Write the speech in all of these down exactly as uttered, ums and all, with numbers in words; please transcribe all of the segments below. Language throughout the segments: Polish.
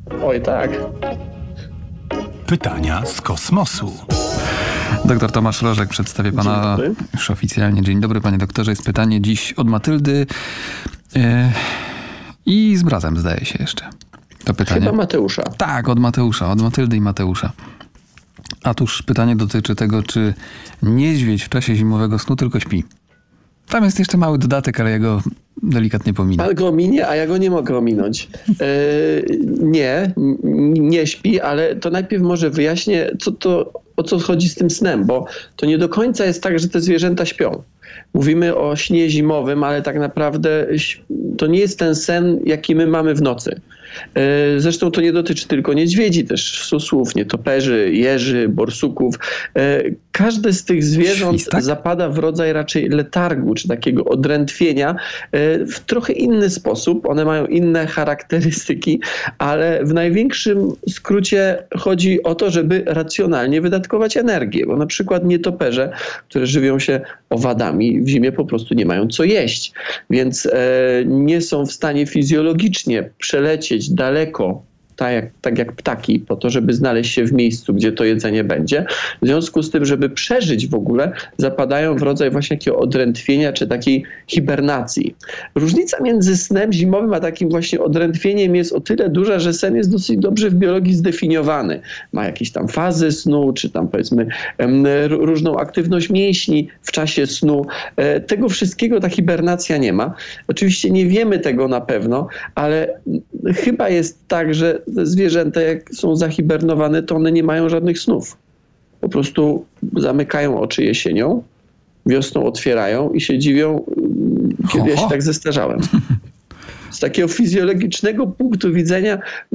Oj, tak. Pytania z kosmosu. Doktor Tomasz Rożek przedstawię pana już oficjalnie. Dzień dobry, panie doktorze. Jest pytanie dziś od Matyldy yy, i z bratem, zdaje się jeszcze. To pytanie. Chyba Mateusza. Tak, od Mateusza, od Matyldy i Mateusza. Otóż pytanie dotyczy tego, czy niedźwiedź w czasie zimowego snu tylko śpi. Tam jest jeszcze mały dodatek, ale ja go delikatnie pominę. Pan go ominie, a ja go nie mogę ominąć. Yy, nie, nie śpi, ale to najpierw może wyjaśnię, co to, o co chodzi z tym snem, bo to nie do końca jest tak, że te zwierzęta śpią. Mówimy o śnie zimowym, ale tak naprawdę to nie jest ten sen, jaki my mamy w nocy. Zresztą to nie dotyczy tylko niedźwiedzi, też sosłów, nietoperzy, jeży, borsuków. Każde z tych zwierząt Świstak? zapada w rodzaj raczej letargu, czy takiego odrętwienia w trochę inny sposób. One mają inne charakterystyki, ale w największym skrócie chodzi o to, żeby racjonalnie wydatkować energię, bo na przykład nietoperze, które żywią się owadami, w zimie po prostu nie mają co jeść, więc nie są w stanie fizjologicznie przelecieć daleko, tak jak, tak jak ptaki, po to, żeby znaleźć się w miejscu, gdzie to jedzenie będzie. W związku z tym, żeby przeżyć w ogóle, zapadają w rodzaj właśnie takiego odrętwienia, czy takiej hibernacji. Różnica między snem zimowym, a takim właśnie odrętwieniem jest o tyle duża, że sen jest dosyć dobrze w biologii zdefiniowany. Ma jakieś tam fazy snu, czy tam powiedzmy różną aktywność mięśni w czasie snu. Tego wszystkiego ta hibernacja nie ma. Oczywiście nie wiemy tego na pewno, ale chyba jest tak, że te zwierzęta, jak są zahibernowane, to one nie mają żadnych snów. Po prostu zamykają oczy jesienią, wiosną otwierają i się dziwią, kiedy ja się tak zestarzałem. Z takiego fizjologicznego punktu widzenia,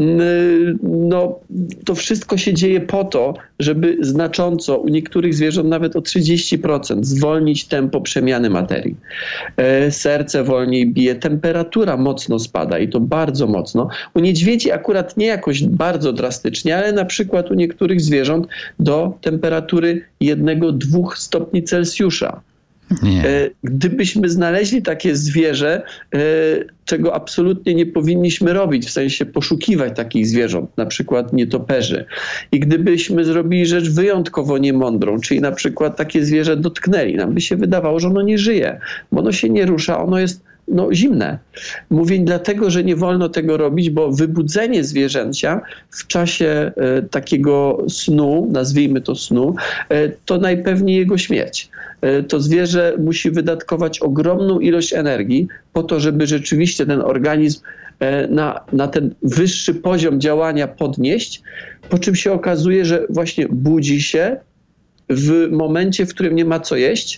no, to wszystko się dzieje po to, żeby znacząco, u niektórych zwierząt nawet o trzydzieści procent zwolnić tempo przemiany materii. Serce wolniej bije, temperatura mocno spada i to bardzo mocno. U niedźwiedzi akurat nie jakoś bardzo drastycznie, ale na przykład u niektórych zwierząt do temperatury jednego do dwóch stopni Celsjusza. Nie. Gdybyśmy znaleźli takie zwierzę, czego absolutnie nie powinniśmy robić, w sensie poszukiwać takich zwierząt, na przykład nietoperzy. I gdybyśmy zrobili rzecz wyjątkowo niemądrą, czyli na przykład takie zwierzę dotknęli, nam by się wydawało, że ono nie żyje, bo ono się nie rusza, ono jest no, zimne. Mówię dlatego, że nie wolno tego robić, bo wybudzenie zwierzęcia w czasie e, takiego snu, nazwijmy to snu, e, to najpewniej jego śmierć. E, to zwierzę musi wydatkować ogromną ilość energii po to, żeby rzeczywiście ten organizm e, na, na ten wyższy poziom działania podnieść, po czym się okazuje, że właśnie budzi się w momencie, w którym nie ma co jeść,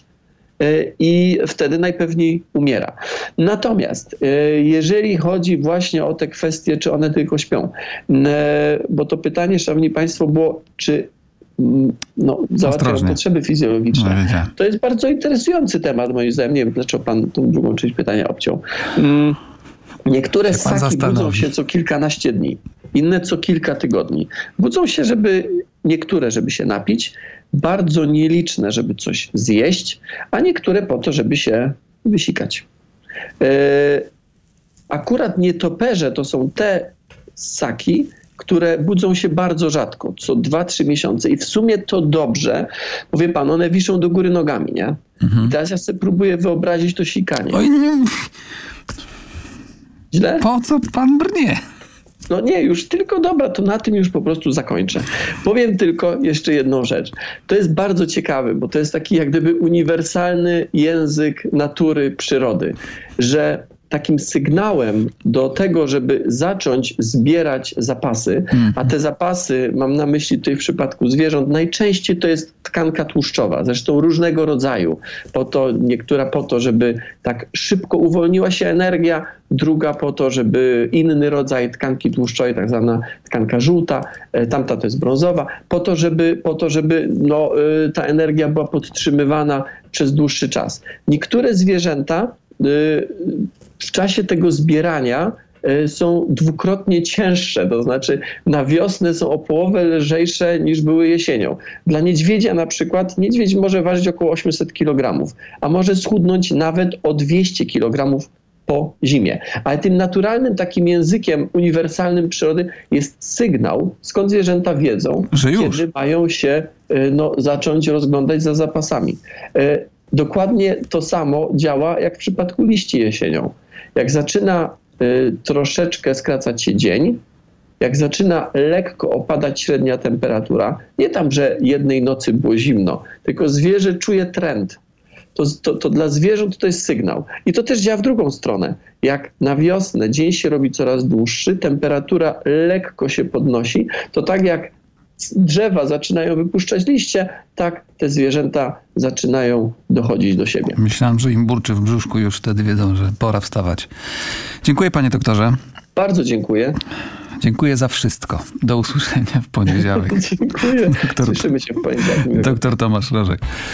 i wtedy najpewniej umiera. Natomiast jeżeli chodzi właśnie o te kwestie, czy one tylko śpią, bo to pytanie, szanowni państwo, było, czy no, załatwiają potrzeby fizjologiczne. No, to jest bardzo interesujący temat, moim zdaniem. Nie wiem, dlaczego pan tą drugą część pytania obciął. Niektóre ssaki budzą się co kilkanaście dni, inne co kilka tygodni. Budzą się, żeby niektóre, żeby się napić, bardzo nieliczne, żeby coś zjeść, a niektóre po to, żeby się wysikać. Yy, akurat nietoperze to są te ssaki, które budzą się bardzo rzadko, co dwa trzy miesiące. I w sumie to dobrze, bo wie pan, one wiszą do góry nogami, nie? Mhm. I teraz ja sobie próbuję wyobrazić to sikanie. Oj, nie. Źle? Po co pan brnie? No nie, już tylko dobra, to na tym już po prostu zakończę. Powiem tylko jeszcze jedną rzecz. To jest bardzo ciekawe, bo to jest taki jak gdyby uniwersalny język natury, przyrody, że takim sygnałem do tego, żeby zacząć zbierać zapasy, a te zapasy, mam na myśli tutaj w przypadku zwierząt, najczęściej to jest tkanka tłuszczowa, zresztą różnego rodzaju. Po to, niektóra po to, żeby tak szybko uwolniła się energia, druga po to, żeby inny rodzaj tkanki tłuszczowej, tak zwana tkanka żółta, tamta to jest brązowa, po to, żeby, po to, żeby no, ta energia była podtrzymywana przez dłuższy czas. Niektóre zwierzęta w czasie tego zbierania są dwukrotnie cięższe, to znaczy na wiosnę są o połowę lżejsze niż były jesienią. Dla niedźwiedzia na przykład, niedźwiedź może ważyć około osiemset kilogramów, a może schudnąć nawet o dwieście kilogramów po zimie. Ale tym naturalnym takim językiem uniwersalnym przyrody jest sygnał, skąd zwierzęta wiedzą, że już. kiedy mają się no, zacząć rozglądać za zapasami. Dokładnie to samo działa jak w przypadku liści jesienią. Jak zaczyna troszeczkę skracać się dzień, jak zaczyna lekko opadać średnia temperatura, nie tam, że jednej nocy było zimno, tylko zwierzę czuje trend. To, to, to dla zwierząt to jest sygnał. I to też działa w drugą stronę. Jak na wiosnę dzień się robi coraz dłuższy, temperatura lekko się podnosi, to tak jak drzewa zaczynają wypuszczać liście, tak te zwierzęta zaczynają dochodzić do siebie. Myślałem, że im burczy w brzuszku, już wtedy wiedzą, że pora wstawać. Dziękuję, panie doktorze. Bardzo dziękuję. Dziękuję za wszystko. Do usłyszenia w poniedziałek. Dziękuję. Doktor, Słyszymy się w poniedziałek. Doktor Tomasz Rożek.